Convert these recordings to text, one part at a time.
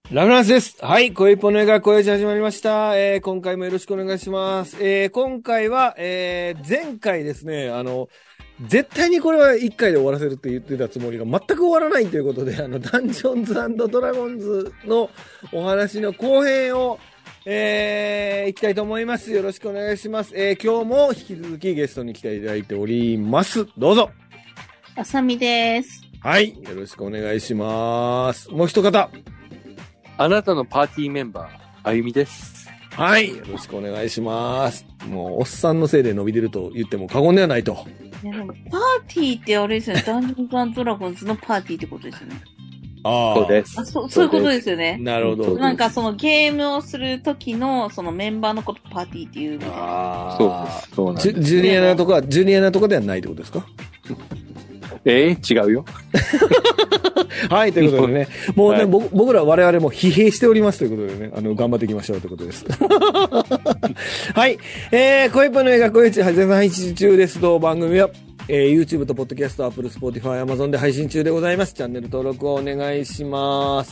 ラフランスです。はい、恋ポネが声始まりました。今回もよろしくお願いします。今回は、前回ですね、絶対にこれは1回で終わらせるって言ってたつもりが全く終わらないということで、ダンジョンズ&ドラゴンズのお話の後編を、いきたいと思います。よろしくお願いします。今日も引き続きゲストに来ていただいております。どうぞ。 あさみです。 はい、よろしくお願いします。もう一方。 あなたのパーティーメンバー、あゆみです。 はい。よろしくお願いします。もう、おっさんのせいで伸びてると言っても過言ではないと。 いやでもパーティーってあれですよね。ダンジョンズ&ドラゴンズのパーティーってことですよね。 ああ。 そうです。 そういうことですよね。 なるほど。 なんかそのゲームをする時のそのメンバーのことパーティーっていうみたいな。 ああ。 そうです。そうなんです。 ジュニアなとかではないってことですか？ 違うよ。 はい、ということでね。もうね、 はい、 僕ら我々も疲弊しておりますということでね、頑張っていきましょうということです。はい。恋パの映画、恋中配信中です。同番組は、YouTube と Podcast、Apple、Spotify、Amazon で配信中でございます。チャンネル登録をお願いします。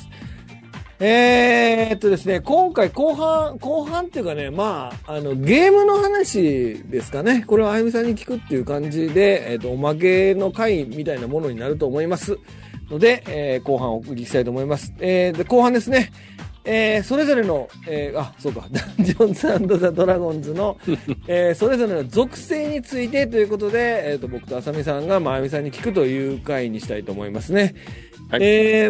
ですね、今回後半っていうかね、まあ、ゲームの話ですかね。これをあゆみさんに聞くっていう感じで、おまけの回みたいなものになると思いますので、後半をお送りしたいと思います。で、後半ですね。それぞれの、そうか、ダンジョンズ&ザ・ドラゴンズの、それぞれの属性についてということで、僕とあさみさんがあゆみさんに聞くという回にしたいと思いますね。はい、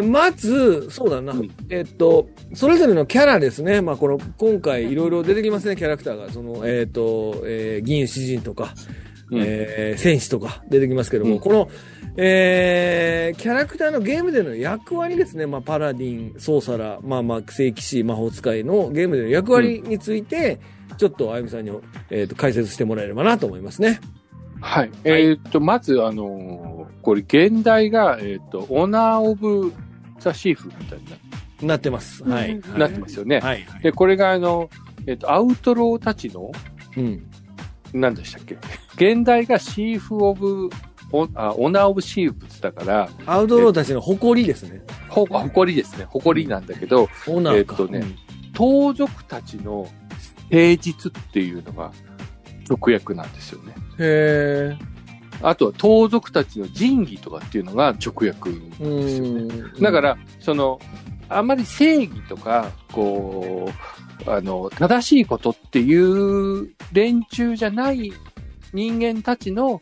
まず、そうだな、それぞれのキャラですね。まあ、今回いろいろ出てきますね、キャラクターが。銀詩人とか、戦士とか出てきますけども、この、キャラクターのゲームでの役割ですね。まあ、パラディン、ソーサラ、聖騎士、魔法使いのゲームでの役割について、ちょっとあゆみさんに、解説してもらえればなと思いますね。 はい。まず、これ、現代が、オナー・オブ・ザ・シーフみたいになってます。はい。 なってますよね。 はい。 で、これが、アウトローたちの、何でしたっけ？現代がシーフ・オブ、オナー・オブ・シーフだから、 アウトローたちの誇りですね。 誇りですね。誇りなんだけど、盗賊たちの誠実っていうのが直訳なんですよね。 へー。 あとは盗賊たちの仁義とかっていうのが直訳ですよね。だから、あまり正義とか、正しいことっていう連中じゃない人間たちの、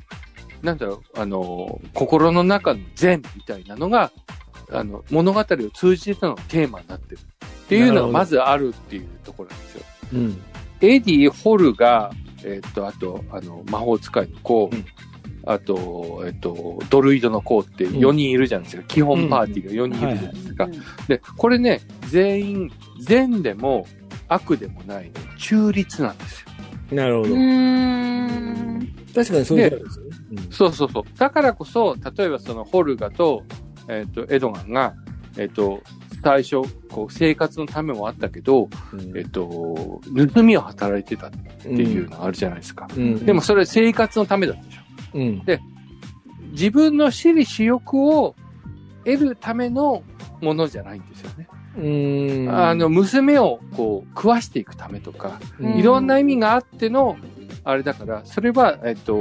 心の中の善みたいなのが、物語を通じてのテーマになってるっていうのがまずあるっていうところなんですよ。エディ、ホルが、あと、魔法使いの子、あと、ドルイドの子って4人いるじゃないですか。基本パーティーが4人いるじゃないですか。で、これね、全員、善でも悪でもない、中立なんですよ。 なるほど。確かにそういうことですよね。 そうそうそう。だからこそ、例えばそのホルガと、エドガンが、最初、生活のためもあったけど、盗みを働いてたっていうのがあるじゃないですか。でもそれ生活のためだったでしょ。で、自分の私利私欲を得るためのものじゃないんですよね。娘を食わしていくためとか、いろんな意味があっての、あれだから、それは、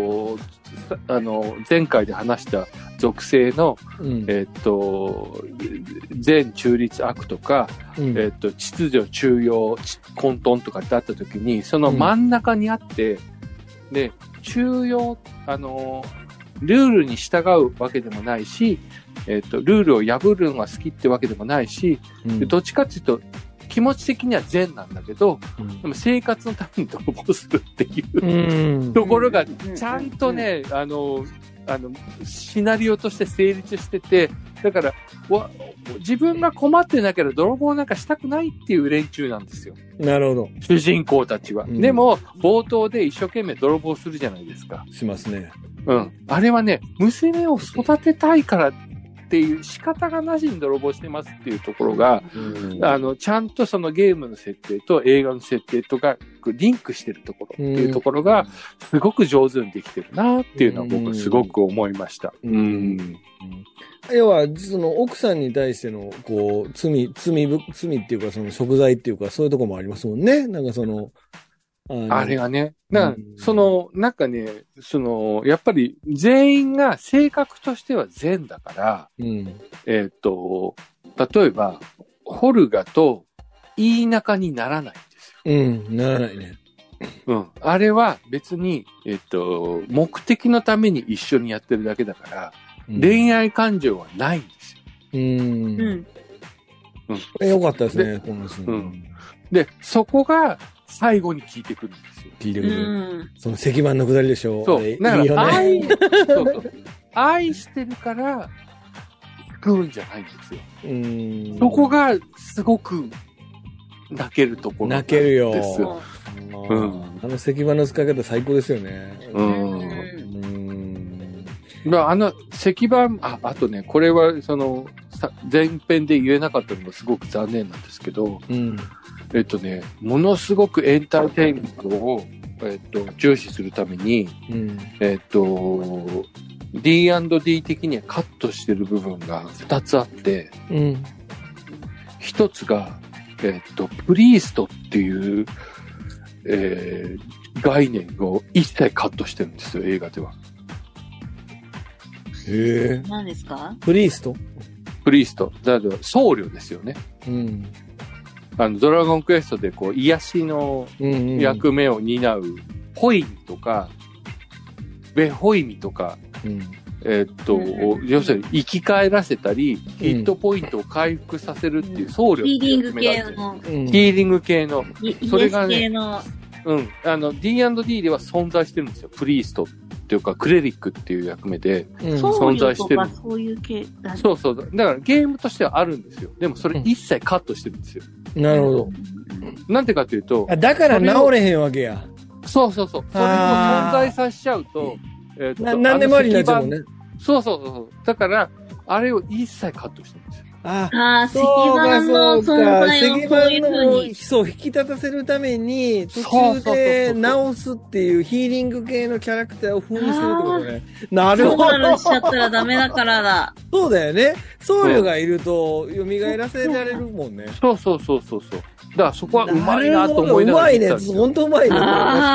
前回で話した属性の、善中立悪とか、秩序中庸混沌とかってあった時に、その真ん中にあって、で、中庸、ルールに従うわけでもないし、ルールを破るのが好きってわけでもないし、どっちかっていうと、気持ち的には善なんだけど、でも生活のために泥棒するっていうところが、ちゃんとね、シナリオとして成立してて、だから、自分が困ってなければ泥棒なんかしたくないっていう連中なんですよ。 なるほど。 主人公たちは。でも、冒頭で一生懸命泥棒するじゃないですか。 しますね。 あれはね、娘を育てたいからっていう仕方がなしに泥棒してますっていうところが、ちゃんとそのゲームの設定と映画の設定とかリンクしてるところっていうところがすごく上手にできてるなっていうのは僕すごく思いました。 要は、その奥さんに対しての、こう、罪っていうか、その贖罪っていうか、そういうとこもありますもんね。なんかその、 あれがね、だからその、なんかね、その、やっぱり全員が性格としては善だから、例えば、ホルガといい仲にならないんですよ。 ならないね。 あれは別に、目的のために一緒にやってるだけだから、恋愛感情はないんですよ。 よかったですね、このシーン。で、そこが最後に効いてくるんですよ。 効いてくる。その石板のくだりでしょ。 そう。だから愛してるから救うんじゃないんですよ。そこがすごく泣けるところなんですよ。 泣けるよ。あの石板の使い方最高ですよね。 石板、あとね、これはその、前編で言えなかったのがすごく残念なんですけど、ものすごくエンターテインメントを、重視するために、D&D 的にはカットしてる部分が2つあって、1つが、プリーストっていう、概念を一切カットしてるんですよ、映画では。 何ですか？ プリースト。 だから僧侶ですよね。ドラゴンクエストでこう、癒しの役目を担う、ホイミとか、ベホイミとか、要するに生き返らせたり、ヒットポイントを回復させるっていう僧侶っていう役目がある。ヒーリング系の。それがね、D&D では存在してるんですよ。プリーストっていうか、クレリックっていう役目で存在してる。 そういう系。 そう。だからゲームとしてはあるんですよ。でもそれ一切カットしてるんですよ。 なるほど。 なんてかというと。 だから治れへんわけや。 そう。それを存在させちゃうと、 何でもありになっちゃうもんね。 そう。だから、あれを一切カットしてるんですよ。 石板の存在をそういう風に。 そう、引き立たせるために、途中で直すっていうヒーリング系のキャラクターを封印するってことね。なるほど。 そうしちゃったらダメだからだ。 そうだよね。僧侶がいると、蘇らせられるもんね。 そう。だからそこはうまいなと思いながら。 うまいね。ほんとうまいね。確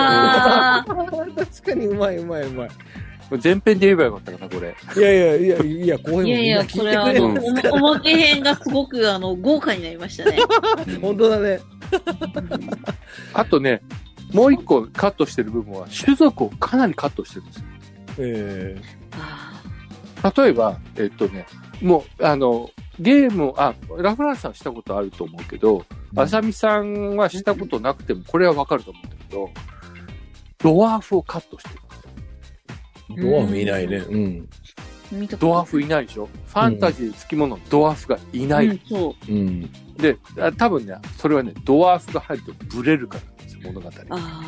かにうまい。 前編で言えばよかったかな、これ。 いや、こういうの聞いてくれるんですか。 おまけ編がすごく、豪華になりましたね。 本当だね。 あとね、もう一個カットしてる部分は、種族をかなりカットしてるんですよ。例えば、もう、ゲームラフランスさんしたことあると思うけど、あさみさんはしたことなくても、これはわかると思うんだけど、ドワーフをカットしてる。 ドワーフいないね。 ドワーフいないでしょ。ファンタジー付き物のドワーフがいない。で、多分ね、それはね、ドワーフが入るとブレるからなんですよ、物語。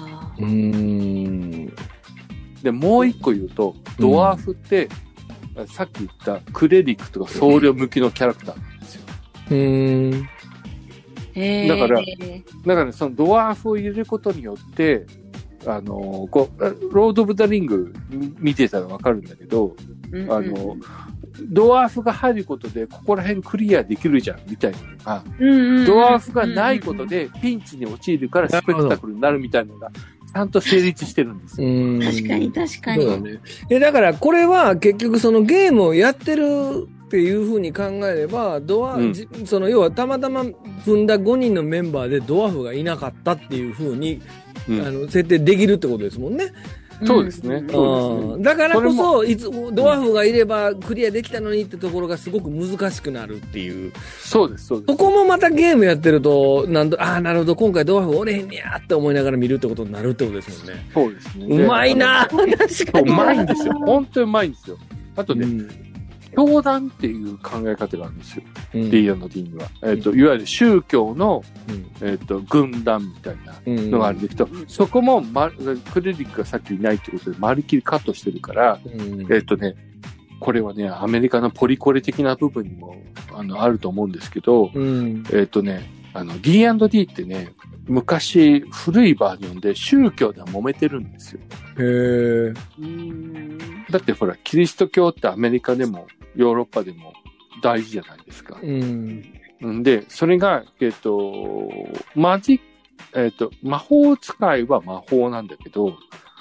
で、もう一個言うと、ドワーフって、さっき言ったクレリックとか僧侶向きのキャラクターなんですよ。だから、そのドワーフを入れることによって、ロード・オブ・ザ・リング見てたらわかるんだけど、ドワーフが入ることで、ここら辺クリアできるじゃん、みたいなのが、ドワーフがないことで、ピンチに陥るからスペクタクルになるみたいなのが、ちゃんと成立してるんですよ。 確かに。 そうだね。だから、これは結局そのゲームをやってるっていう風に考えれば、要はたまたま組んだ5人のメンバーでドワーフがいなかったっていう風に、設定できるってことですもんね。 そうですね。 だからこそ、ドワーフがいればクリアできたのにってところがすごく難しくなるっていう。 そうです。 そこもまたゲームやってると、なるほど、今回ドワーフおれへんねやって思いながら見るってことになるってことですもんね。 そうですね。 うまいな確かに。 うまいんですよ。本当にうまいんですよ。あとね、教団っていう考え方があるんですよ。D&D には。いわゆる宗教の、軍団みたいなのがあるんですけど、そこも、クレリックがさっきいないってことで、まるっきりカットしてるから、これはね、アメリカのポリコレ的な部分にも、あると思うんですけど、D&D ってね、昔、古いバージョンで宗教では揉めてるんですよ。だってほら、キリスト教ってアメリカでもヨーロッパでも大事じゃないですか。 うん。 んで、それが、魔法使いは魔法なんだけど、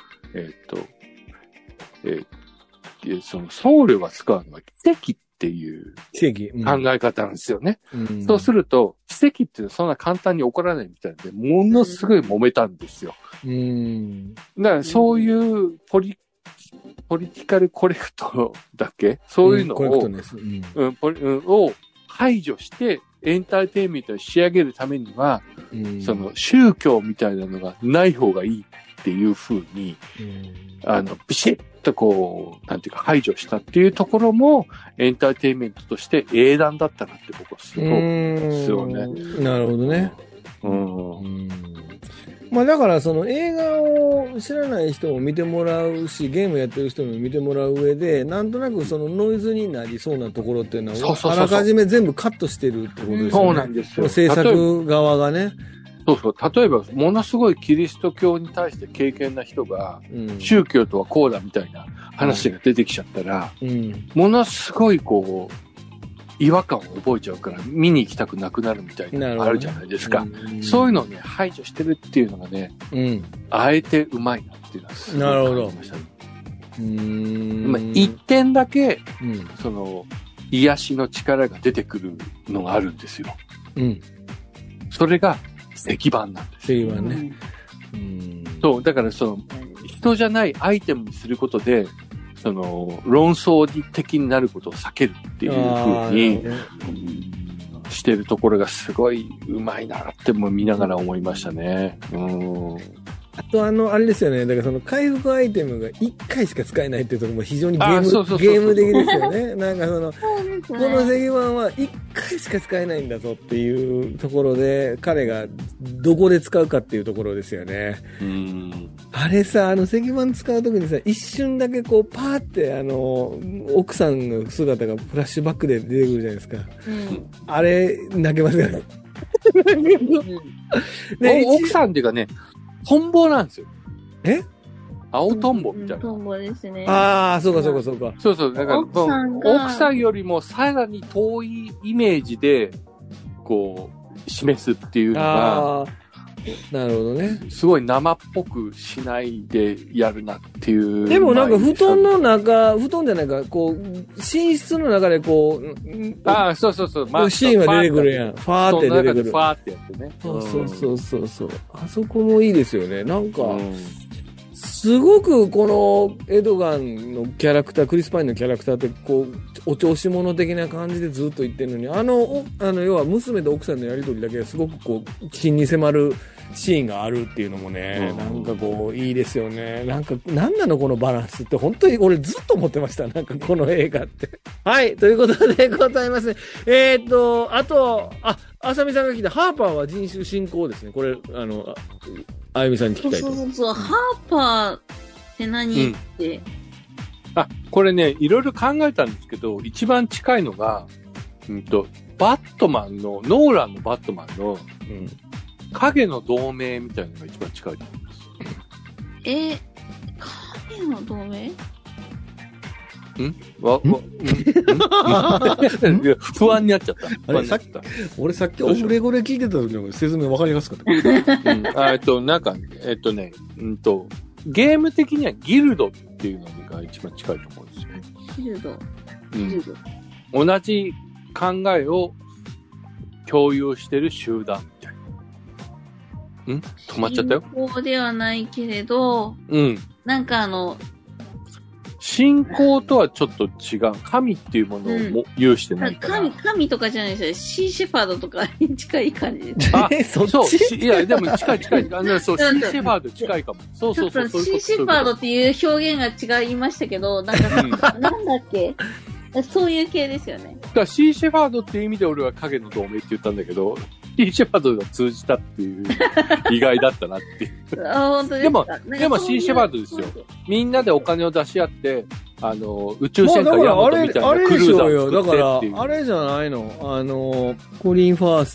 その僧侶が使うのは奇跡っていう考え方なんですよね。そうすると、奇跡っていうのはそんな簡単に起こらないみたいで、ものすごい揉めたんですよ。だからそういうポリティカルコレクトだけ、そういうのを排除してエンターテインメントに仕上げるためには、その宗教みたいなのがない方がいいっていう風に、ビシッとこう、なんていうか排除したっていうところもエンターテインメントとして英断だったなって僕はすごく思うんですよね。 なるほどね。まあだからその映画を知らない人も見てもらうし、ゲームやってる人も見てもらう上で、なんとなくそのノイズになりそうなところっていうのは、あらかじめ全部カットしてるってことですよね。 そうなんですよ。 制作側がね。 そうそう。例えば、ものすごいキリスト教に対して敬虔な人が、宗教とはこうだみたいな話が出てきちゃったら、ものすごいこう、違和感を覚えちゃうから見に行きたくなくなるみたいなのがあるじゃないですか。そういうのをね、排除してるっていうのがね、あえてうまいなっていうのはすごい感じましたね。一点だけ、その、癒しの力が出てくるのがあるんですよ。それが石板なんです。 石板ね。 そう、だからその、人じゃないアイテムにすることで、その、論争的になることを避けるっていう風にしてるところがすごいうまいなっても見ながら思いましたね。 あとあれですよね。だからその回復アイテムが1回しか使えないっていうところも非常にゲーム的ですよね。なんかその、この石板は1回しか使えないんだぞっていうところで、彼がどこで使うかっていうところですよね。あれさ、石板使うときにさ、一瞬だけこう、パーって奥さんの姿がフラッシュバックで出てくるじゃないですか。あれ、泣けますよね。 奥さんっていうかね、トンボなんですよ。青トンボみたいな。 トンボですね。 ああ、そうかそうかそうか。 そうそう。だから奥さんよりもさらに遠いイメージで、こう、示すっていうのが、 なるほどね。 すごい生っぽくしないでやるなっていう。 でもなんか布団の中、布団じゃないか、こう、寝室の中でこう、 そうそうそう。 シーンが出てくるやん。ファーって出てくる。 ファーってやってね。 そう。あそこもいいですよね。なんか、すごくこのエドガンのキャラクター、クリス・パインのキャラクターってこう、お調子者的な感じでずっと言ってるのに、要は娘と奥さんのやりとりだけすごくこう、気に迫るシーンがあるっていうのもね、なんかこう、いいですよね。なんか、なんなのこのバランスって、本当に俺ずっと思ってました。なんかこの映画って。はい、ということでございますね。あと、あさみさんが来たハーパーは人種進行ですね。これ、あゆみさんに聞きたいと。 そう、ハーパーって何って。 これね、いろいろ考えたんですけど、一番近いのが、バットマンの、ノーランのバットマンの、影の同盟みたいなのが一番近いと思います。 影の同盟？ 不安になっちゃった。 俺さっきオフレコで聞いてた時の説明分かりやすかった。 なんか、ゲーム的にはギルドっていうのが一番近いと思うんですよね。 ギルド。 同じ考えを共有してる集団みたいな。止まっちゃったよ。 信仰ではないけれど、なんか信仰とはちょっと違う。神っていうものをも有してないから。 神とかじゃないですよ。シーシェパードとかに近い感じです。そう。 いや、でも近い。そう、シーシェパード近いかも。そう。 シーシェパードっていう表現が違いましたけど、なんか、なんだっけそういう系ですよね。 だからシーシェパードっていう意味で俺は影の同盟って言ったんだけど、シーシェパードが通じたっていう意外だったなっていう。 本当ですか？ でもシーシェパードですよ。みんなでお金を出し合って、宇宙戦艦ヤマトみたいなクルーザーを作ってっていう。 だから、あれじゃないのコリン・ファース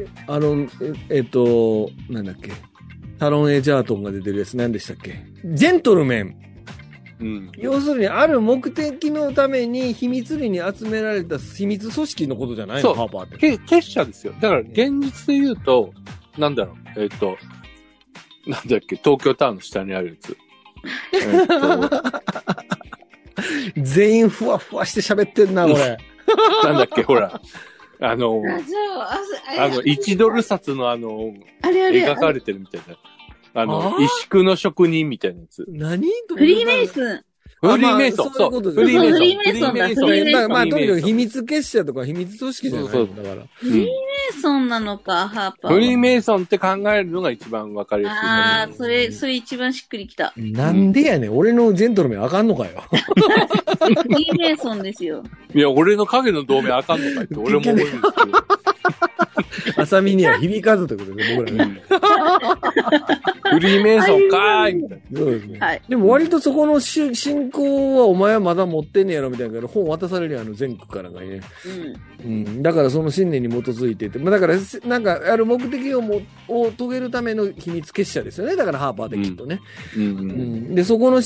ト、なんだっけタロン・エジャートンが出てるやつ何でしたっけジェントルメン。 うん。 要するに、ある目的のために秘密裏に集められた秘密組織のことじゃないの、ハーパーって。 結社ですよ。だから、現実で言うと、なんだろう、なんだっけ、東京タワーの下にあるやつ。 全員ふわふわして喋ってんな、これ。 なんだっけ、ほら。1ドル札の描かれてるみたいな。石工の職人みたいなやつ。 何フリーメイソン。 フリーメイソン。そう。フリーメイソン。 フリーメイソンだ。フリーメイソン。 まあ、とにかく秘密結社とか秘密組織じゃないのだから。 フリーメイソンなのか、ハーパー。 フリーメイソンって考えるのが一番わかりやすい。 ああ、それ一番しっくりきた。 なんでやねん。俺のジェントルメンあかんのかよ。 フリーメイソンですよ。 いや、俺の影の同盟あかんのかって俺も思うんですけど。 浅見には響かずということで、僕らね。 フリーメイソンかーいみたいな。 そうですね。 はい。 でも割とそこの信仰はお前はまだ持ってんねやろみたいな本渡されるやん、全国からがね。うん。だからその信念に基づいてて、まあだから、なんか、ある目的を遂げるための秘密結社ですよね。だからハーパーできっとね。で、そこの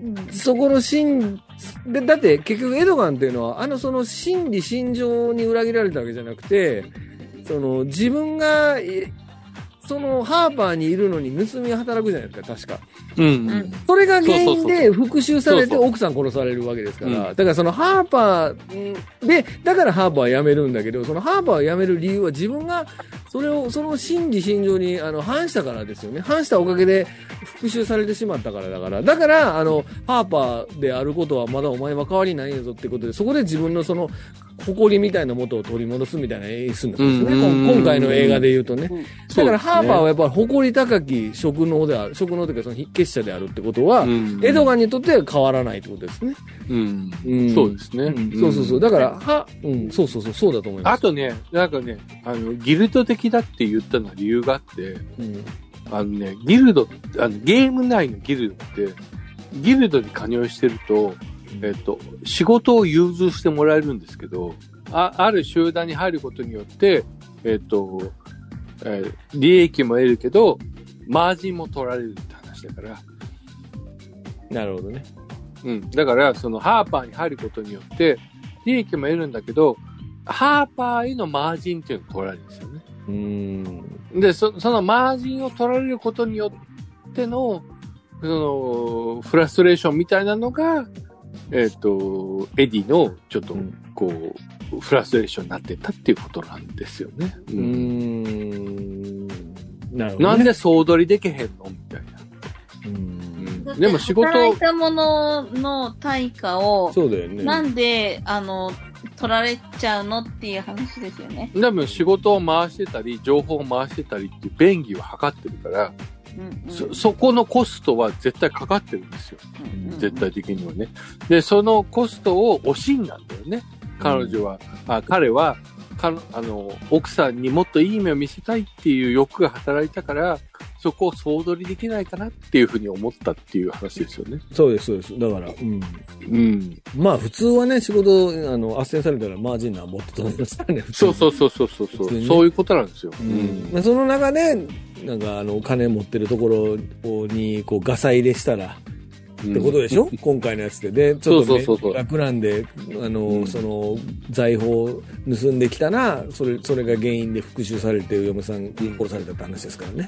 で、だって結局エドガンっていうのは、その心理心情に裏切られたわけじゃなくて、自分が、そのハーパーにいるのに盗みが働くじゃないですか、確か。それが原因で復讐されて奥さん殺されるわけですから。だからそのハーパーで、だからハーパーは辞めるんだけど、そのハーパーを辞める理由は自分がその心理心情に反したからですよね。反したおかげで復讐されてしまったからだから。だから、ハーパーであることはまだお前は変わりないよぞってことで、そこで自分のその誇りみたいなもとを取り戻すみたいな演出なんですね。今回の映画で言うとね。だからハーパーはやっぱり誇り高き職能である、職能というかその結社であるってことは、エドガンにとっては変わらないってことですね。 そうですね。 そう。だから、そうだと思います。 あとね、なんかね、ギルド的だって言ったのは理由があって、ギルド、ゲーム内のギルドって、ギルドに加入してると、仕事を融通してもらえるんですけど、ある集団に入ることによって、利益も得るけど、マージンも取られるって話だから。 なるほどね。 だから、そのハーパーに入ることによって、利益も得るんだけど、ハーパーへのマージンっていうのを取られるんですよね。で、そのマージンを取られることによっての、フラストレーションみたいなのが、エディの、ちょっと、フラストレーションになってたっていうことなんですよね。 なるほど、ね。 なんで総取りできへんのみたいな。でも仕事働いたものの対価を、 そうだよね。 なんで、取られちゃうのっていう話ですよね。 でも仕事を回してたり、情報を回してたりっていう便宜を図ってるから、そこのコストは絶対かかってるんですよ。絶対的にはね。で、そのコストを惜しんだんだよね。彼は、奥さんにもっといい目を見せたいっていう欲が働いたから、そこを総取りできないかなっていうふうに思ったっていう話ですよね。 そうです。だから、まあ普通はね、仕事、斡旋されたらマージンなんぼってと思いますからね。 そう。そういうことなんですよ。 その中で、なんか金持ってるところに、ガサ入れしたら、ってことでしょ、今回のやつで。で、ちょっとね、楽なんで、その、財宝を盗んできたら、それが原因で復讐されて、嫁さん殺されたって話ですからね。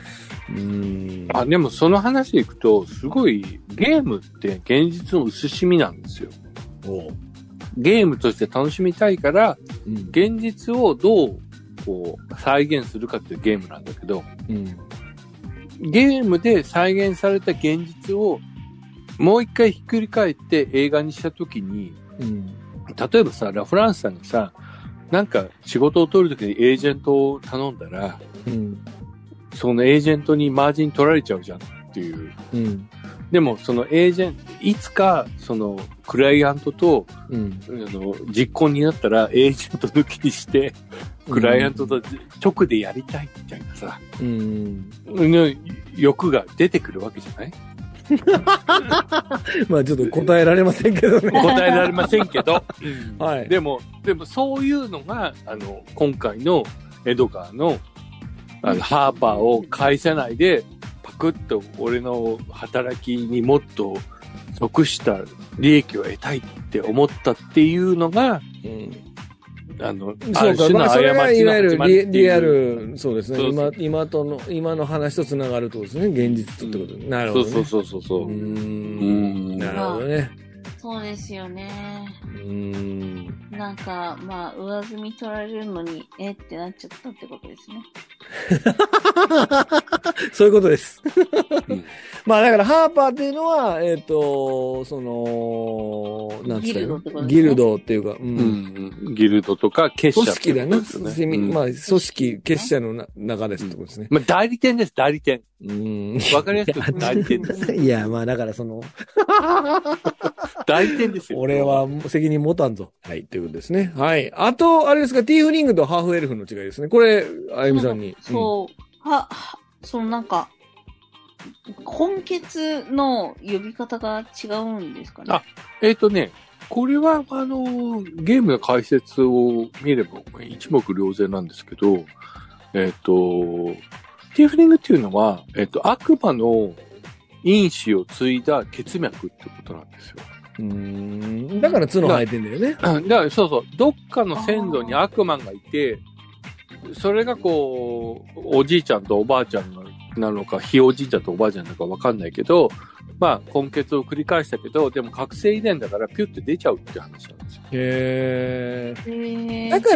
でもその話でいくと、すごい、ゲームって現実の薄しみなんですよ。ゲームとして楽しみたいから、現実をどう、再現するかっていうゲームなんだけど、ゲームで再現された現実を、もう一回ひっくり返って映画にしたときに、例えばさ、ラ・フランスさんがさ、なんか仕事を取るときにエージェントを頼んだら、そのエージェントにマージン取られちゃうじゃんっていう。でもそのエージェント、いつかそのクライアントと、実行になったらエージェント抜きにして、クライアントと直でやりたいみたいなさ、欲が出てくるわけじゃない？ まあちょっと答えられませんけどね。 答えられませんけど。 はい。 でもそういうのが、今回のエドガーの、ハーパーを返さないで、パクッと俺の働きにもっと、 属した利益を得たいって思ったっていうのが、あそうか、まあ、それがいわゆるリアル。 ル、そうですね。今の話とつながるってことですね。現実とってことで。なるほど、ね。 そう。 なるほどね。 そうですよね。なんか、まあ、上積み取られるのに、ってなっちゃったってことですね。 そういうことです。まあ、だから、ハーパーっていうのは、なんつったらギルドっていうか、 ギルドとか結社、 組織だな。まあ、組織、結社の中ですってことですね。 まあ、代理店です、代理店。わかりやすく代理店です。 いや、まあ、だから代理店ですよ。 俺は責任持たんぞ。はい、ということですね。はい。あと、あれですか、ティーフリングとハーフエルフの違いですね。これ、あゆみさんに。 なんか、根血の呼び方が違うんですかね。 これは、ゲームの解説を見れば一目瞭然なんですけど、ティーフリングっていうのは、悪魔の因子を継いだ血脈ってことなんですよ。 だから角生えてんだよね。 だからそう。どっかの先祖に悪魔がいて、それがこう、おじいちゃんとおばあちゃんなのか、ひいおじいちゃんとおばあちゃんなのかわかんないけど、まあ、根血を繰り返したけど、でも覚醒遺伝だからピュッて出ちゃうって話なんですよ。 へー。だから、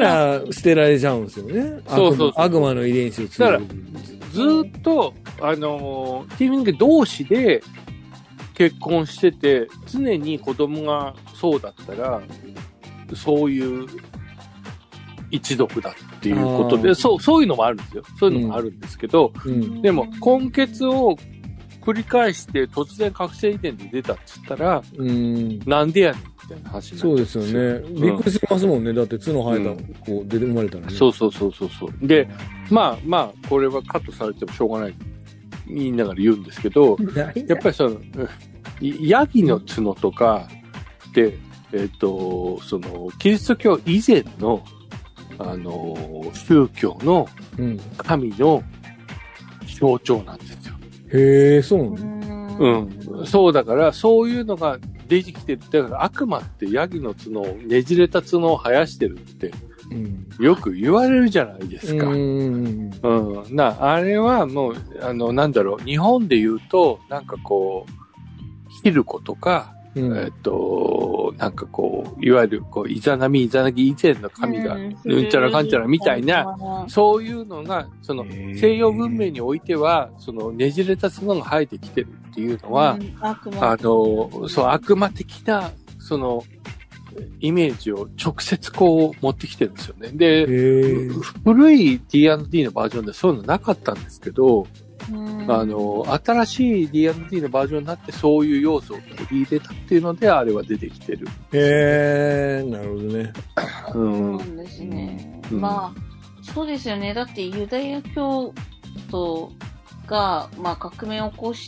捨てられちゃうんですよね。 そう。 悪魔の遺伝子をだから、ずっと、ティーフリング同士で結婚してて、常に子供がそうだったら、そういう一族だっていうことで、そういうのもあるんですよ。そういうのもあるんですけど、でも、根血を繰り返して突然覚醒遺伝で出たって言ったら、なんでやねんみたいな話になっちゃそうですよね。びっくりしますもんね。だって角生えた子出て生まれたらね。 そう。で、まあ、これはカットされてもしょうがない。言いながら言うんですけど、やっぱりヤギの角とかで、キリスト教以前の、宗教の神の象徴なんですよ。 へえ、そうなの？ そうだから、そういうのが出てきてる。だから悪魔ってヤギの角を、ねじれた角を生やしてるって、よく言われるじゃないですか。あれはもう、日本で言うと、なんかこう、ヒルコとか、なんかこう、いわゆる、こう、イザナギ以前の神が、うんちゃらかんちゃらみたいな、そういうのが、西洋文明においては、ねじれた角が生えてきてるっていうのは、悪魔的な、イメージを直接こう持ってきてるんですよね。で、古い D&D のバージョンでそういうのなかったんですけど、新しい D&D のバージョンになってそういう要素を取り入れたっていうので、あれは出てきてる。 なるほどね。 そうなんですね。まあ、そうですよね。だってユダヤ教徒が、まあ、革命を起こして、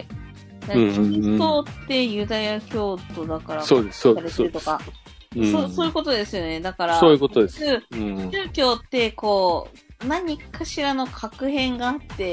キリストってユダヤ教徒だから、 そうです。そういうことですよね。だから、 そういうことです。 宗教って、こう、何かしらの確変があって、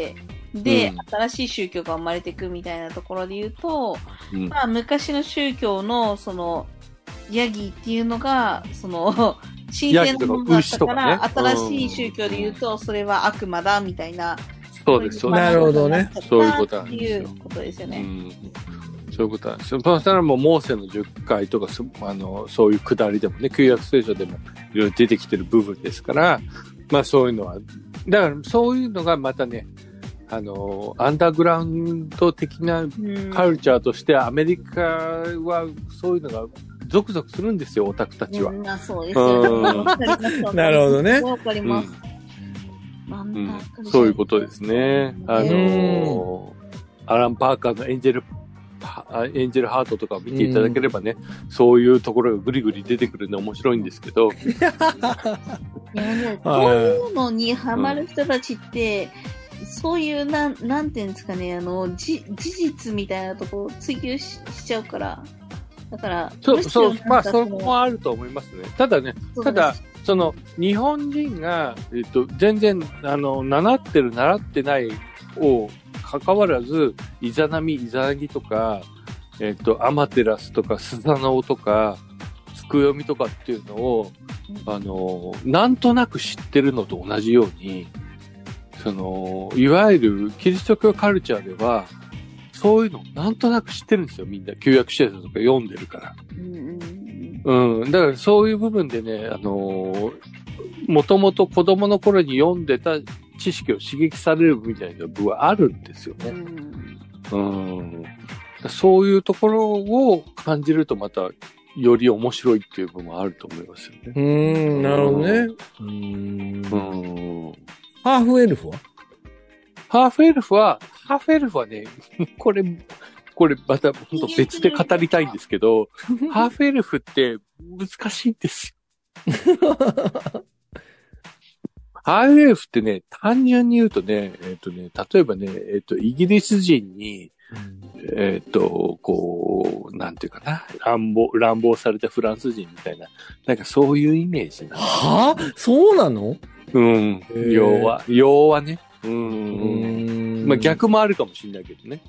で、新しい宗教が生まれていくみたいなところで言うと、まあ、昔の宗教の、ヤギっていうのが、新鮮なものだったから、新しい宗教で言うと、それは悪魔だ、みたいな。 そうです。 なるほどね。 そういうことなんですよ。いうことですよね。 そういうことなんですよ。そしたらもう、モーセの10回とか、そういうくだりでもね、旧約聖書でもいろいろ出てきてる部分ですから、まあそういうのは、だからそういうのがまたね、アンダーグラウンド的なカルチャーとしてアメリカはそういうのがゾクゾクするんですよ、オタクたちは。 そうですよね。 なるほどね。 わかります。 そういうことですね。アラン・パーカーのエンジェルハートとかを見ていただければね、そういうところがぐりぐり出てくるんで面白いんですけど。 こういうのにハマる人たちって、そういう、なんていうんですかね、事実みたいなところを追求しちゃうから。だから、 まあ、それもあると思いますね。ただ、日本人が、全然、習ってないを関わらず、イザナギとか、 アマテラスとかスサノオとか、つくよみとかっていうのを、なんとなく知ってるのと同じように、いわゆるキリスト教カルチャーでは、そういうのなんとなく知ってるんですよ、みんな。旧約聖書とか読んでるから。だからそういう部分でね、もともと子供の頃に読んでた知識を刺激されるみたいな部分はあるんですよね。そういうところを感じるとまた、より面白いっていう部分もあると思いますよね。 なるほどね。ハーフエルフはハーフエルフはね、これまた本当別で語りたいんですけど、ハーフエルフって難しいんですよ。ハーフエルフってね、単純に言うとね、例えばね、イギリス人に、こう、なんていうかな、乱暴されたフランス人みたいな、なんかそういうイメージなんです。 はぁ？そうなの？ 要はね。まあ逆もあるかもしれないけどね。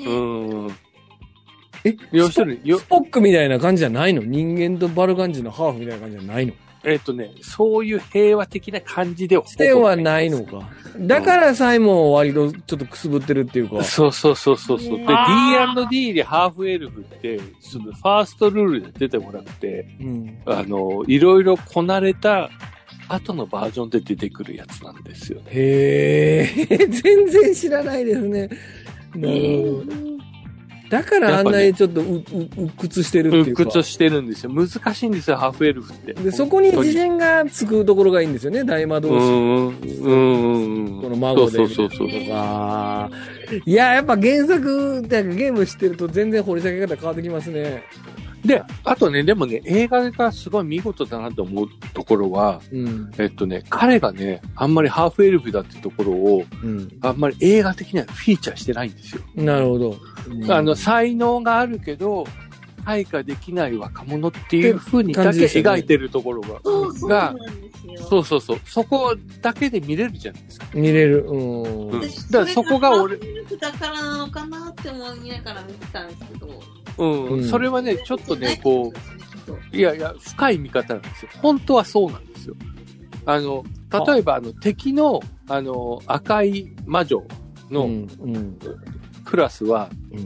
要するに、 スポックみたいな感じじゃないの？人間とバルカン人のハーフみたいな感じじゃないの？ そういう平和的な感じではではないのか。だからサイモンは割とちょっとくすぶってるっていうか。 そう。で、D&D でハーフエルフって、そのファーストルールで出てもらって、いろいろこなれた後のバージョンで出てくるやつなんですよね。 へー。全然知らないですね。なるほど。だからあんなにちょっと鬱屈してるっていうか。 鬱屈してるんですよ。難しいんですよ、ハーフエルフって。 で、そこに自信がつくところがいいんですよね、大魔同士。この孫で。そう。いや、やっぱ原作、ゲーム知ってると全然掘り下げ方変わってきますね。 で、あとね、でもね、映画がすごい見事だなと思うところは、彼がね、あんまりハーフエルフだってところを、あんまり映画的にはフィーチャーしてないんですよ。 なるほど。 才能があるけど、開花できない若者っていう風にだけ描いてるところが、そう。そこだけで見れるじゃないですか。 見れる。 だからそこが俺。だからなのかなって思いながら見てたんですけど。 それはね、ちょっとね、こう、いや、深い見方なんですよ。本当はそうなんですよ。例えば、敵の、赤い魔女の、クラスは、ウ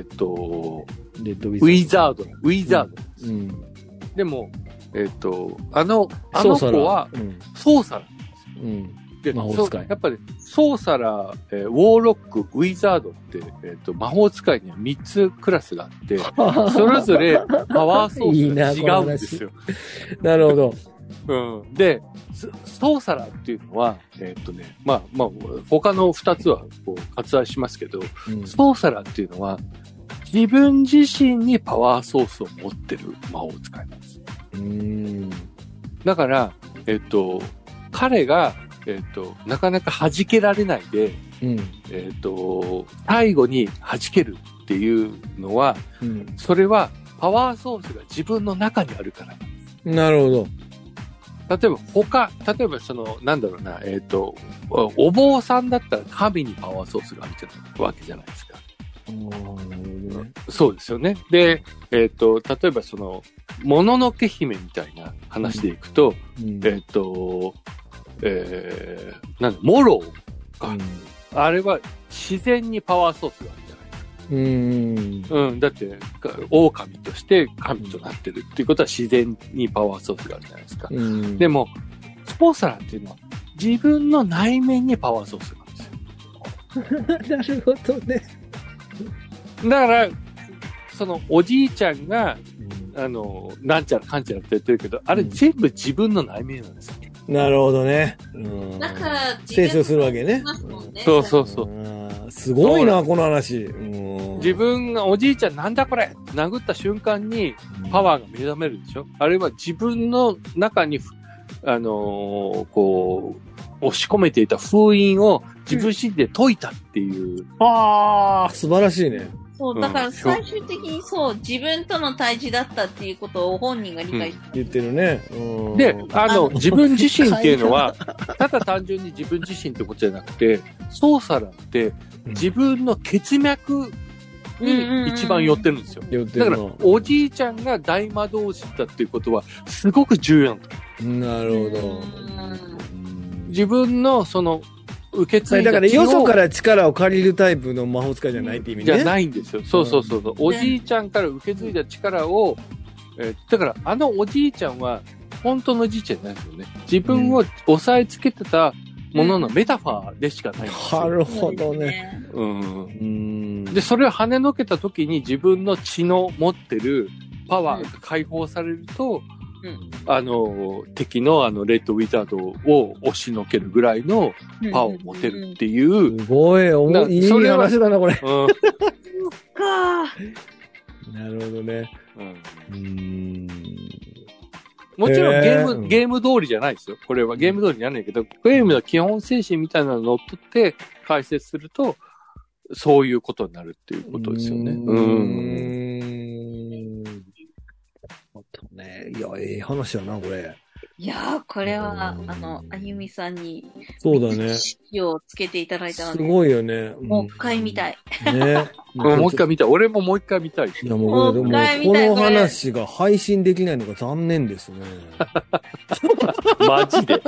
ィザードです。でも、あの子は、ソーサラなんですよ。やっぱり、ソーサラ、ウォーロック、ウィザードって、魔法使いには3つクラスがあって、それぞれパワーソースが違うんですよ。 なるほど。 で、ソーサラっていうのは、まあ、他の2つはこう割愛しますけど、ソーサラっていうのは、自分自身にパワーソースを持ってる魔法使いなんです。だから、彼が、なかなか弾けられないで、最後に弾けるっていうのは、それはパワーソースが自分の中にあるからなんです。 なるほど。 例えばなんだろうな、お坊さんだったら神にパワーソースがあるわけじゃないですか。そうですよね。で、例えばもののけ姫みたいな話でいくと、モローか、あれは自然にパワーソースがあるじゃないですか。だって、狼として神となってるっていうことは自然にパワーソースがあるじゃないですか。でも、スポーサラっていうのは自分の内面にパワーソースがあるんですよ。 なるほどね。 だから、おじいちゃんが、なんちゃらかんちゃらって言ってるけど、あれ全部自分の内面なんですよ。 なるほどね。 だから、 清書するわけね。 そう。 すごいな、この話。 自分が、おじいちゃんなんだこれ殴った瞬間にパワーが目覚めるでしょ。あれは自分の中に、こう、押し込めていた封印を自分自身で解いたっていう。 素晴らしいね。 そう、だから最終的に自分との対峙だったっていうことを本人が理解して、 言ってるね。 で、自分自身っていうのは、ただ単純に自分自身ってことじゃなくて、ソーサラって自分の血脈に一番寄ってるんですよ。だから、おじいちゃんが大魔導士だっていうことは、すごく重要なるほど。 自分のその、受け継いだ。 だから、よそから力を借りるタイプの魔法使いじゃないって意味ね。 じゃないんですよ。そうそうそう。おじいちゃんから受け継いだ力を、だから、おじいちゃんは、本当のおじいちゃんじゃないですよね。自分を押さえつけてたもののメタファーでしかないんですよ。 なるほどね。 で、それを跳ねのけた時に自分の血の持ってるパワーが解放されると、敵のレッドウィザードを押しのけるぐらいのパワーを持てるっていう。 すごい、いい話だな、これ。 そっか。 なるほどね。 もちろんゲーム通りじゃないですよ。これはゲーム通りじゃないけど、ゲームの基本精神みたいなのを乗っ取って解説すると、そういうことになるっていうことですよね。 いや、いい話やな、これ。 いやー、これは、あゆみさんに、 そうだね。 意識をつけていただいたので。 すごいよね。 もう一回見たい。 ね。 もう一回見たい。俺ももう一回見たい。 いや、もうこの話が配信できないのが残念ですね。 マジで。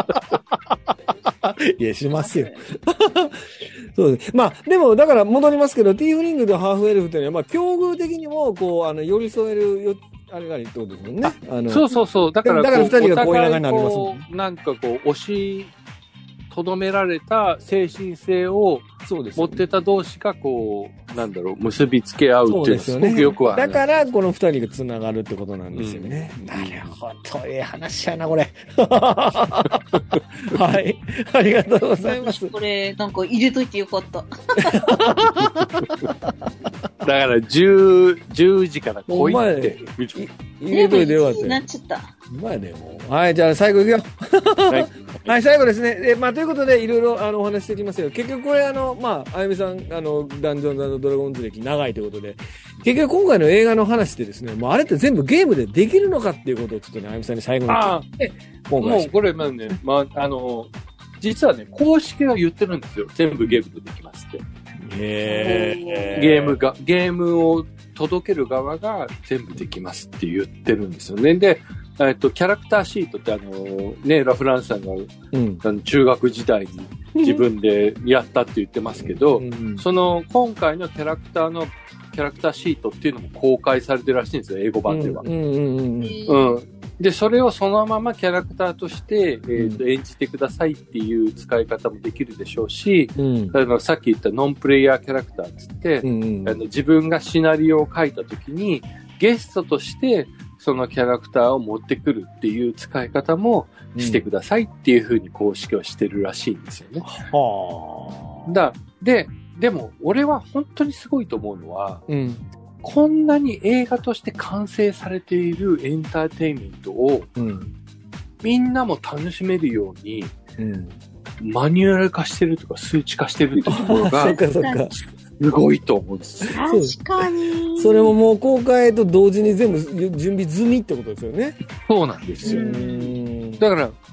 いや、しますよ。そうです。まあ、でも、だから戻りますけど、ティーフリングとハーフエルフっていうのは、まあ、境遇的にも、こう、寄り添えるあれがいいってことですもんね。 そう。だから二人がこういう流れになりますもん。 なんかこう、押し、とどめられた精神性を持ってた同士がこう、なんだろう、結びつけ合うっていうのはすごくよくは、 だからこの二人が繋がるってことなんですよね。なるほど、いい話やな、これ。はい。ありがとうございます。 これ、なんか入れといてよかった。 だから10時から来いって。 入れといてよかったよ。 なっちゃった。 でも。はい、じゃあ最後いくよ。はい、最後ですね。まあ、ということで、いろいろ、お話してきましたけど、結局これ、まあ、あゆみさん、ダンジョンズ&ドラゴンズ歴長いということで、結局今回の映画の話でですね、もうあれって全部ゲームでできるのかっていうことをちょっとね、あゆみさんに最後に聞いて、 もうこれ、まあね、実はね、公式が言ってるんですよ。全部ゲームでできますって。ゲームを届ける側が全部できますって言ってるんですよね。で、キャラクターシートってラフランスさんが、中学時代に自分でやったって言ってますけど、その今回のキャラクターシートっていうのも公開されてるらしいんですよ、英語版では。で、それをそのままキャラクターとして、演じてくださいっていう使い方もできるでしょうし、さっき言ったノンプレイヤーキャラクターつって、自分がシナリオを書いたときに、ゲストとしてそのキャラクターを持ってくるっていう使い方もしてくださいっていうふうに公式はしてるらしいんですよね。でも、俺は本当にすごいと思うのは、こんなに映画として完成されているエンターテインメントを、みんなも楽しめるように、マニュアル化してるとか数値化してるってところが、すごいと思うんですよ。 確かに。 それももう公開と同時に全部準備済みってことですよね。 そうなんですよ。だから、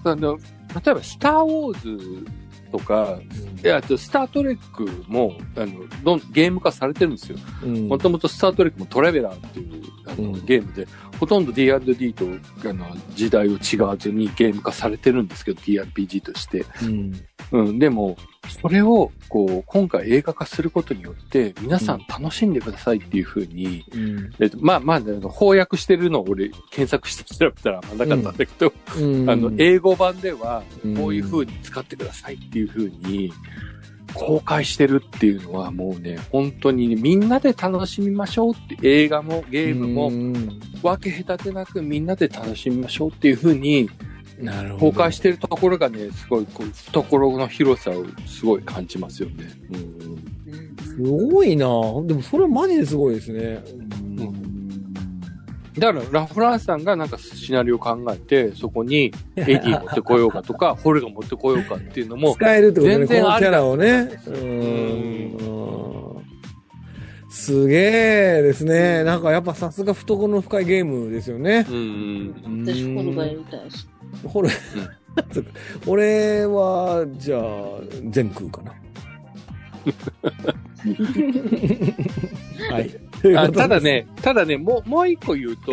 例えば、スター・ウォーズとか、あと、スター・トレックも、ゲーム化されてるんですよ。もともとスター・トレックもトラベラーっていうゲームで、ほとんど D&D と時代を違わずにゲーム化されてるんですけど、TRPG として。でも、それを、今回映画化することによって、皆さん楽しんでくださいっていうふうに、翻訳してるのを俺、検索して調べたらなかったんだけど、英語版では、こういうふうに使ってくださいっていうふうに、公開してるっていうのはもうね、本当にみんなで楽しみましょうって、映画もゲームも分け隔てなくみんなで楽しみましょうっていうふうに、公開してるところがね、すごい、懐の広さをすごい感じますよね。 すごいなぁ。でもそれはマジですごいですね。 だから、ラフランスさんがなんかシナリオ考えて、そこにエディ持ってこようかとか、ホルが持ってこようかっていうのも、 使えるってことね、このキャラをね。すげえですね。なんかやっぱさすが懐の深いゲームですよね。 私ホルがやりたいし。 ホル、俺は、じゃあ、全空かな。 はい。 ただね、もう一個言うと、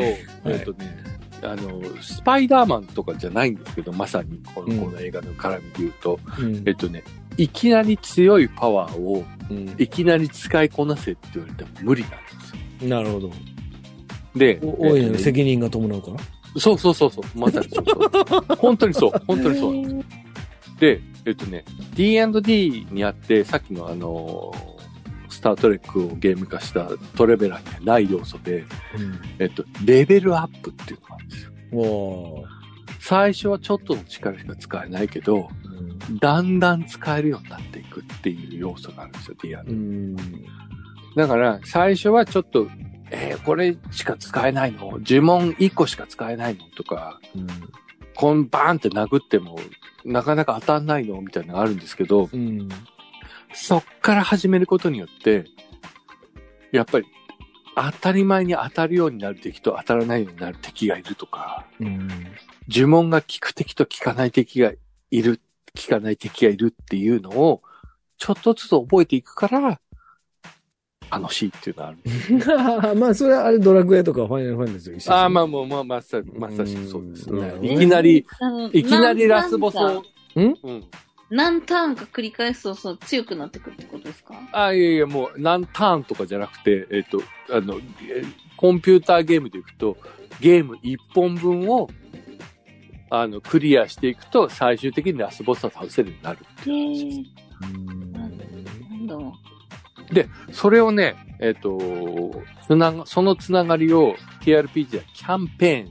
スパイダーマンとかじゃないんですけど、まさにこの映画の絡みで言うと、いきなり強いパワーを、いきなり使いこなせって言われても無理なんですよ。 なるほど。 で、 大いなる責任が伴うから。 そう。まさにそう。本当にそう。で、D&D にあって、さっきのスタートレックをゲーム化したトレベラーにはない要素で、レベルアップっていうのがあるんですよ。最初はちょっとの力しか使えないけど、だんだん使えるようになっていくっていう要素があるんですよ、D&D。だから、最初はちょっと、これしか使えないの？呪文1個しか使えないのとか、バーンって殴っても、なかなか当たんないのみたいなのがあるんですけど、そっから始めることによって、やっぱり当たり前に当たるようになる敵と当たらないようになる敵がいるとか、呪文が効く敵と効かない敵がいる、効かない敵がいるっていうのを、ちょっとずつ覚えていくから、楽しいっていうのはある。 まあ、それはあれドラクエとかファイナルファンタジーと一緒。 まさしくそうですね。いきなりラスボスを、 何ターンか繰り返すと強くなってくるってことですか？ いや、もう何ターンとかじゃなくて、コンピューターゲームでいくと、ゲーム1本分を、クリアしていくと、最終的にラスボスを倒せるようになるっていう話です。 なんだろう。 で、それをね、そのつながりを TRPG ではキャンペ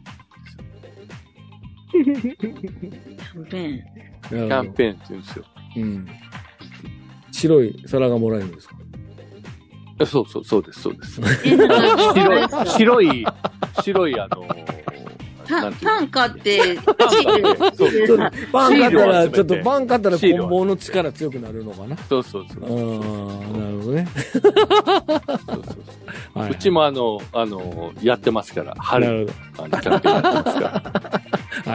ーン。キャンペーンって言うんですよ。 白い皿がもらえるんですか？ そうです。白い、 パン買って、 パン買ったら、ちょっとパン買ったら棍棒の力強くなるのかな？ そう。 なるほどね。 うちもやってますから、春、キャンペーンやってますから。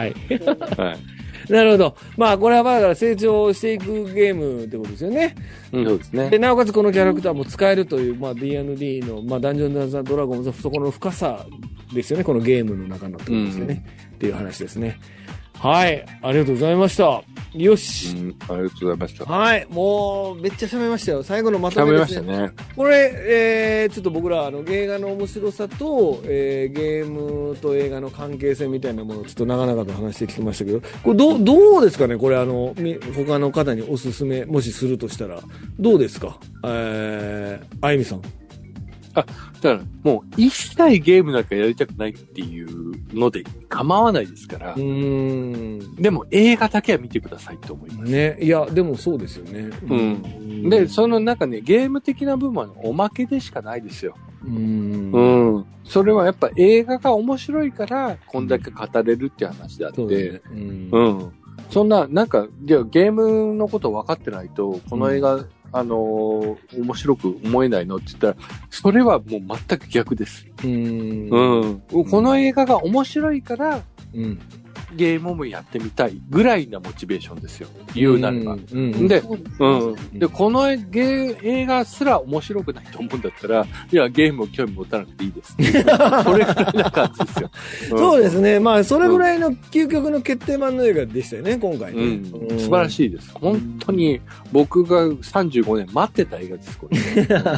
はい。なるほど。まあ、これはだから成長していくゲームってことですよね。 そうですね。 で、なおかつこのキャラクターも使えるという、まあ、D&D の、まあ、ダンジョンズ&ドラゴンズのそこの深さですよね。このゲームの中のってことですよね。っていう話ですね。はい。ありがとうございました。よし。 ありがとうございました。 はい。もう、めっちゃ喋りましたよ。最後のまとめですね。 喋りましたね。 これ、ちょっと僕ら、映画の面白さと、ゲームと映画の関係性みたいなものをちょっと長々と話してきてましたけど、これどうですかね？これ、他の方におすすめ、もしするとしたら、どうですか？あゆみさん。 だからもう一切ゲームなんかやりたくないっていうので構わないですから。でも映画だけは見てくださいと思います。 ね。いや、でもそうですよね。 で、その中ね、ゲーム的な部分はおまけでしかないですよ。それはやっぱ映画が面白いから、こんだけ語れるって話であって。そんな、なんか、ゲームのこと分かってないと、この映画、面白く思えないのって言ったら、それはもう全く逆です。この映画が面白いから、ゲームもやってみたいぐらいなモチベーションですよ。言うなれば。で、この映画すら面白くないと思うんだったら、いや、ゲームを興味持たなくていいです。それぐらいな感じですよ。 そうですね。まあ、それぐらいの究極の決定版の映画でしたよね、今回ね。 素晴らしいです。本当に僕が35年待ってた映画です、これ。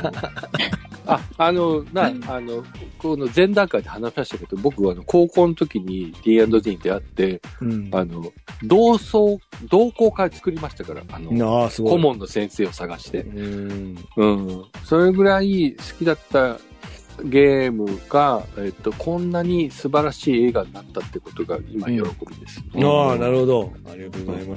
この前段階で話しましたけど、僕は高校の時に D&D に出会って、同好会作りましたから、顧問の先生を探して。それぐらい好きだったゲームが、こんなに素晴らしい映画になったってことが今喜びです。 なるほど。ありがとうございます。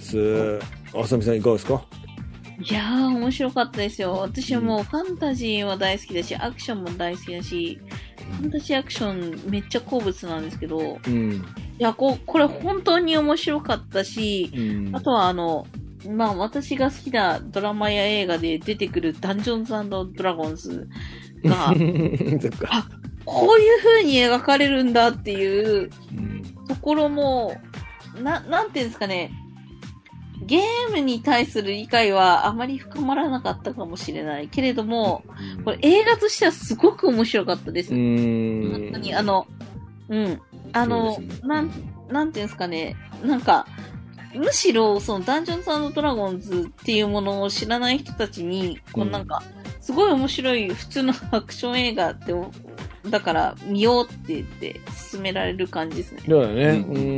あさみさんいかがですか？ いやー、面白かったですよ。私はもうファンタジーは大好きだし、アクションも大好きだし、ファンタジーアクションめっちゃ好物なんですけど、いや、これ本当に面白かったし、あとはまあ私が好きなドラマや映画で出てくるダンジョンズ&ドラゴンズが、あ、こういう風に描かれるんだっていうところも、なんていうんですかね、 ゲームに対する理解はあまり深まらなかったかもしれないけれども、これ映画としてはすごく面白かったです。本当になんていうんですかね、なんか、むしろ、そのダンジョンズ&ドラゴンズっていうものを知らない人たちに、こうなんか、すごい面白い普通のアクション映画って、だから見ようって言って勧められる感じですね。 そうだね。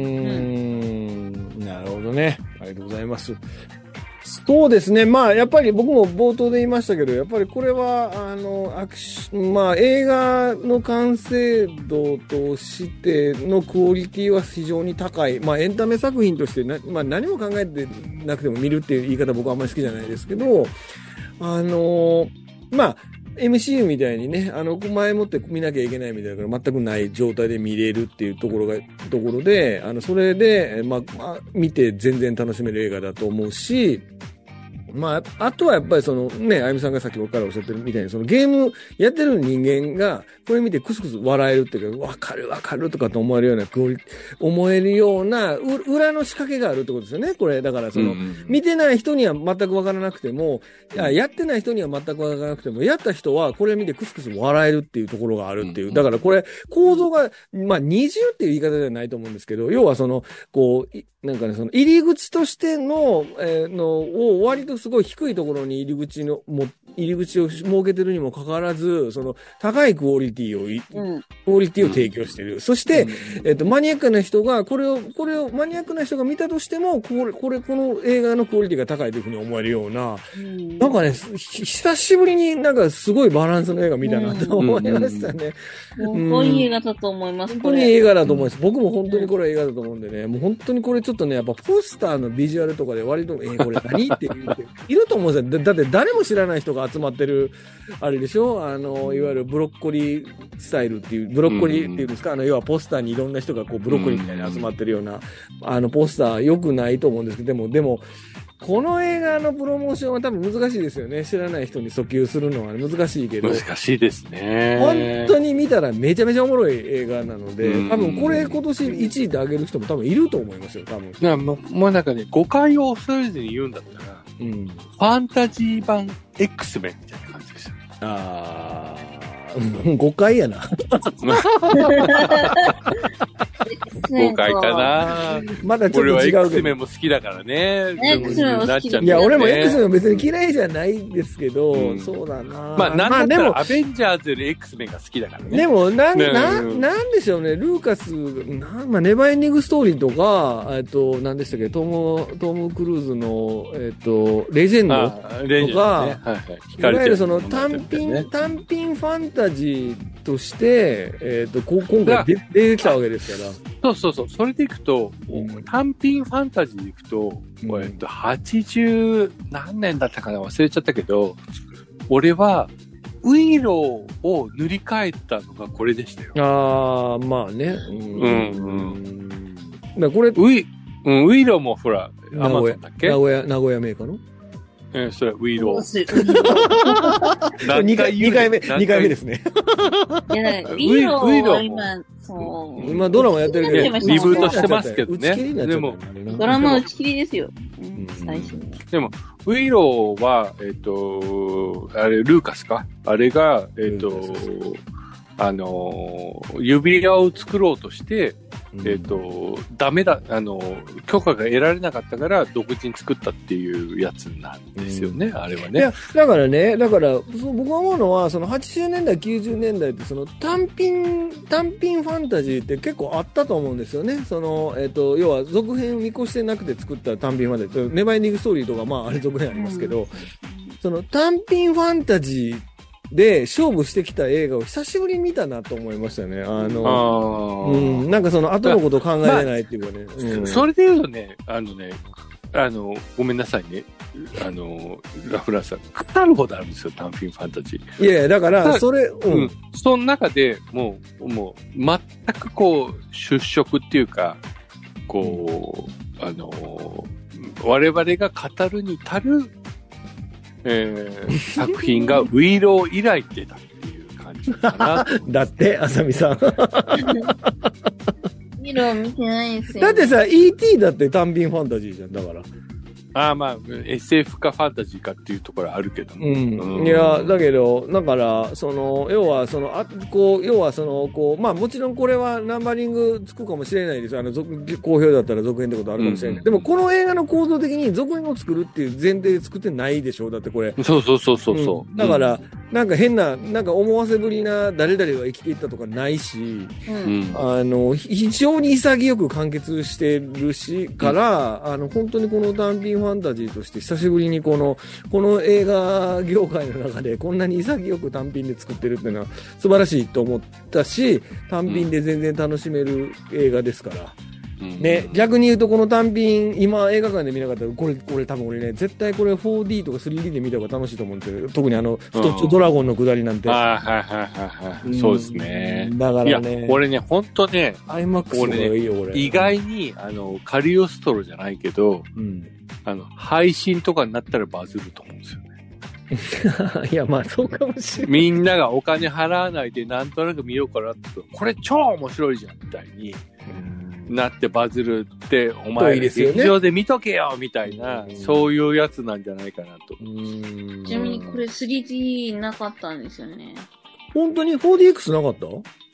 なるほどね。ありがとうございます。そうですね。まあ、やっぱり僕も冒頭で言いましたけど、やっぱりこれは、映画の完成度としてのクオリティは非常に高い。まあ、エンタメ作品として何も考えてなくても見るっていう言い方僕はあんまり好きじゃないですけど、MCU みたいにね、前もって見なきゃいけないみたいなから全くない状態で見れるっていうところで、それで、見て全然楽しめる映画だと思うし、あとはやっぱりあゆみさんがさっき僕からおっしゃってるみたいに、ゲームやってる人間が、これ見てクスクス笑えるっていうか、わかるとかと思えるような、思えるような、裏の仕掛けがあるってことですよね、これ。だから見てない人には全くわからなくても、やってない人には全くわからなくても、やった人はこれ見てクスクス笑えるっていうところがあるっていう。だからこれ、構造が、二重っていう言い方ではないと思うんですけど、要はなんかね、入り口としての割とすごい低いところに入り口を設けてるにもかかわらず、高いクオリティを提供してる。そして、マニアックな人が、これをマニアックな人が見たとしても、この映画のクオリティが高いというふうに思えるような、なんかね、久しぶりになんかすごいバランスの映画見たなと思いましたね。 本当にいい映画だと思います、 本当に映画だと思います。僕も本当にこれは映画だと思うんでね、もう本当にこれちょっとね、やっぱポスターのビジュアルとかで割と、これ何って言って、いると思うんですよ。だって誰も知らない人が集まってる、あれでしょ？いわゆるブロッコリースタイルっていう、ブロッコリーっていうんですか？要はポスターにいろんな人がこうブロッコリーみたいに集まってるような、ポスター良くないと思うんですけど、でも、この映画のプロモーションは多分難しいですよね。知らない人に訴求するのは難しいけど。 難しいですね。 本当に見たらめちゃめちゃおもろい映画なので、多分これ今年1位で上げる人も多分いると思いますよ、多分。 もうなんかね、誤解を恐れずに言うんだったら、ファンタジー版 X メンみたいな感じですよ。 誤解やな。 誤解かな。 まだちょっと違うけど。 俺は X メンも好きだからね。 X メンも好きだ。 いや、俺も X メン別に嫌いじゃないですけど、そうだな。 なんだったらアベンジャーズより X メンが好きだからね。 でも、なんでしょうね、ルーカス、ネバーエンディングストーリーとか、何でしたっけ、トム・クルーズの、レジェンドとか、いわゆる単品ファンタジーとして、今回出てきたわけですから。 そう。それでいくと、単品ファンタジーでいくと、80何年だったかな忘れちゃったけど、俺は、ウイローを塗り替えたのがこれでしたよ。 まあね。これ、 ウイローもほら、アマゾンだっけ？ 名古屋メーカーの？ それはウイロー。 2回目ですね。 ウイローは今ドラマやってるけど、 リブートしてますけどね。 でも、 ドラマ打ち切りですよ。最初に。 でも、ウイローは、あれ、ルーカスか？あれが、指輪を作ろうとして、ダメだ、許可が得られなかったから、独自に作ったっていうやつなんですよね、あれはね。いや、 だから僕が思うのは、80年代、90年代って、単品ファンタジーって結構あったと思うんですよね。要は、続編見越してなくて作った単品ファンタジー。ネバーエンディングストーリーとか、あれ続編ありますけど、単品ファンタジー、で、勝負してきた映画を久しぶりに見たなと思いましたね。なんか後のことを考えれないっていうかね。 それで言うとね、ごめんなさいね。ラフランさん、語るほどあるんですよ、単品ファンタジー。 いや、だから、その中でもう、全く出色っていうか、我々が語るに足る、作品がウィロー以来出たっていう感じかな。 だって、あさみさん。 ウィロー見てないですよ、 だってさ、E.T. だって単品ファンタジーじゃん、だから。 まあ、SF かファンタジーかっていうところはあるけども。 いや、だけど、だから、要は、まあ、もちろんこれはナンバリングつくかもしれないです。好評だったら続編ってことあるかもしれない。でも、この映画の構造的に続編を作るっていう前提で作ってないでしょだってこれ。 そう。 だから、なんか変な、なんか思わせぶりな誰々は生きていったとかないし、非常に潔く完結してるし、から、本当にこの単品ファンタジーとして久しぶりにこの映画業界の中でこんなに潔く単品で作ってるっていうのは素晴らしいと思ったし、単品で全然楽しめる映画ですから。ね、逆に言うとこの単品、今映画館で見なかったら、これ多分俺ね、絶対これ 4D とか 3D で見た方が楽しいと思うんですよ。特に太っちょドラゴンの下りなんて。 そうですね。 だからね。 いや、俺ね、ほんとね、 IMAX の方がいいよ、俺。 意外に、カリオストロじゃないけど、配信とかになったらバズると思うんですよね。 いや、まあそうかもしれない。 みんながお金払わないでなんとなく見ようかなって、これ超面白いじゃん、みたいに。なってバズるって、お前、劇場で見とけよみたいな、そういうやつなんじゃないかなと。 ちなみにこれ 3D なかったんですよね。 本当に 4DX なかった？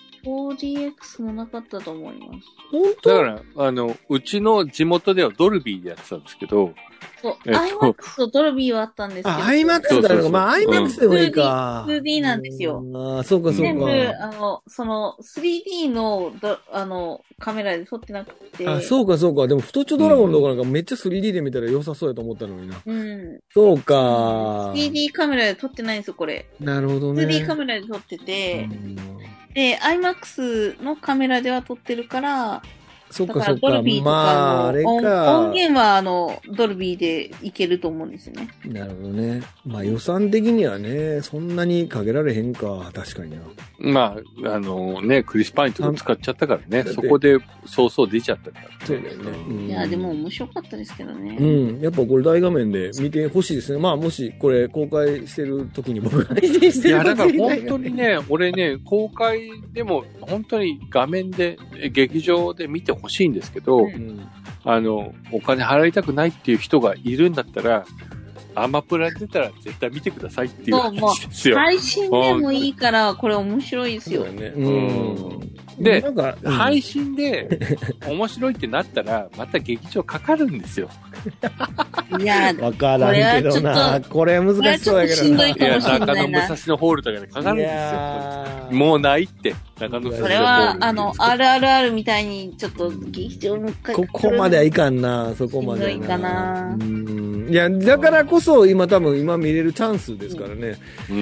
4DX もなかったと思います。 本当？ だから、うちの地元ではドルビーでやってたんですけど、 そう、IMAX とドルビーはあったんですけど。 IMAX だろ。まあ IMAX でもいいか。 2D なんですよ。 そうか。 全部、3D の、カメラで撮ってなくて。 そうか。でも、太っちょドラゴンのとこなんかめっちゃ 3D で見たら良さそうやと思ったのにな。そうか。 3D カメラで撮ってないんですよ、これ。 なるほどね。 2D カメラで撮ってて、で、IMAX のカメラでは撮ってるから、 そっか。 ドルビーとかあれか。 音源はドルビーでいけると思うんですよね。 なるほどね。まあ予算的にはね、そんなにかけられへんか、確かにな。 まあ、クリスパインとか使っちゃったからね、そこでそう出ちゃったから、ね。 そうだよね。 いや、でも面白かったですけどね。 やっぱこれ大画面で見てほしいですね。まあもしこれ公開してる時に僕が配信してる時に。いや、 だから本当にね、俺ね、公開でも本当に画面で、劇場で見てほしいんですけど、お金払いたくないっていう人がいるんだったら、アマプラ出たら絶対見てくださいっていう話ですよ。 配信でもいいから、これ面白いですよ。 で、配信で面白いってなったら、また劇場かかるんですよ。 いや、 わからんけどな。これ難しそうやけどな。 いや、 中野武蔵野ホールとかでかかるんですよ。もうないって、中野武蔵野ホール。 それは、RRR みたいに、ちょっと劇場のここまではいかんな、そこまで。 しんどいかな。 いや、だからこそ、今見れるチャンスですからね。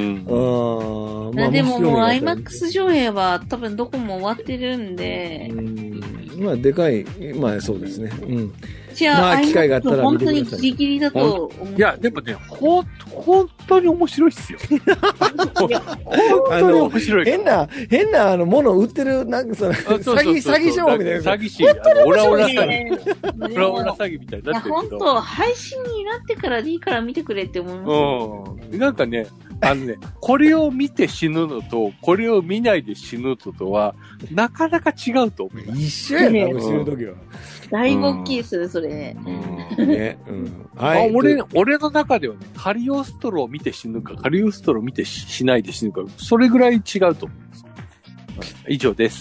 でももう IMAX 上映は多分どこも終わってるんで。 まあ、でかい、まあそうですね。 まあ、機会があったら本当にギリギリだと思う。 いや、でもね、本当に面白いっすよ。本当に面白い。 変な、もの売ってる、なんか詐欺商法みたいな。 詐欺師、オラオラ詐欺。オラオラ詐欺みたいになってるけど。 本当、配信になってからでいいから見てくれって思います。 なんかね、これを見て死ぬのと、これを見ないで死ぬのとは、なかなか違うと思う。 一緒やね、死ぬときは。 だいぶ大きいですね、それ。 俺の中ではね、カリオストロを見て死ぬか、カリオストロを見てしないで死ぬか、それぐらい違うと思うんです。以上です。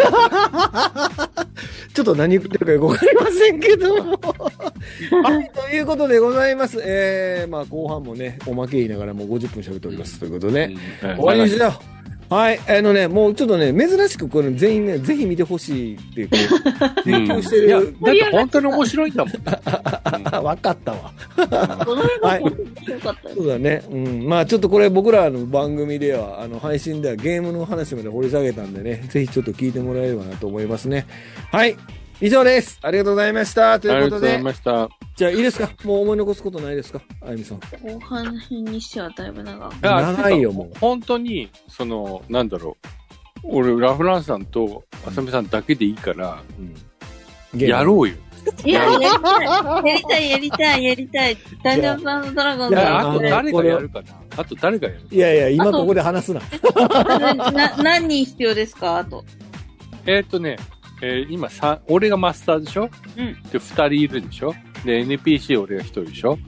ちょっと何言ってるかよくわかりませんけども。はい、ということでございます。まあ後半もね、おまけ言いながらもう50分喋っております。ということで、終わりにしよう。はい。もうちょっとね、珍しくこれ全員ね、ぜひ見てほしいってこう、提供してる。 いや、だって本当に面白いんだもん。 わかったわ。はい。そうだね。まあちょっとこれ僕らの番組では、配信ではゲームの話まで掘り下げたんでね、ぜひちょっと聞いてもらえればなと思いますね。はい。以上です。ありがとうございました。ということで。 ありがとうございました。 じゃあいいですか？もう思い残すことないですか？あゆみさん。 後半編にしてはだいぶ長い。 長いよ、もう。 本当に、なんだろう。俺、ラフランさんとあさみさんだけでいいから、やろうよ。 いや、やりたい。ダンジョンズ&ドラゴンズ。 あと誰がやるかな？あと誰がやる？ いや、今ここで話すな。 何人必要ですか？あと。 今俺がマスターでしょ？で、2人いるでしょ？ で、NPC 俺が1人でしょ。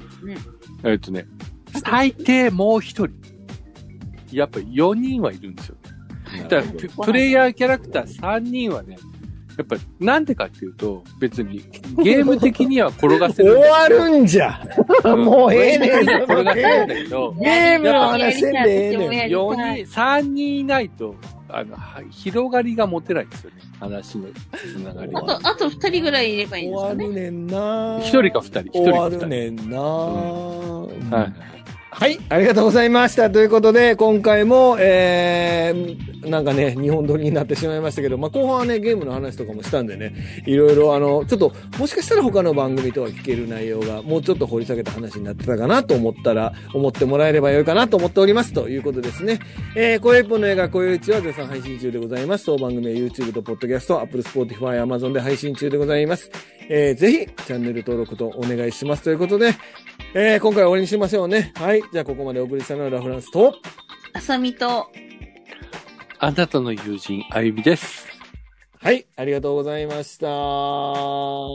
最低もう1人。やっぱ4人はいるんですよ。だからプレイヤーキャラクター3人はね、やっぱなんでかっていうと、別にゲーム的には転がせる。 終わるんじゃ。もうええねん。 転がせるんだけど、 ゲームの話せんでええねん。 4人、3人いないと、広がりが持てないんですよね。話のつながりは。 あと2人ぐらいいればいいんですかね。 終わるねんな。 1人か2人。 終わるねんな。 はい。 はい、ありがとうございました。ということで、今回も、なんかね、日本撮りになってしまいましたけど、まあ、後半はね、ゲームの話とかもしたんでね、いろいろちょっと、もしかしたら他の番組とは聞ける内容が、もうちょっと掘り下げた話になってたかなと思ってもらえればよいかなと思っております。ということですね。声一本の映画、声打ちは絶賛配信中でございます。当番組は YouTube と Podcast、Apple、Spotify、Amazon で配信中でございます。ぜひ、チャンネル登録とお願いします。ということで、今回は終わりにしましょうね。はい。じゃあ、ここまでお送りしたのはラフランスと、 あさみと、 あなたの友人、あゆみです。 はい。ありがとうございました。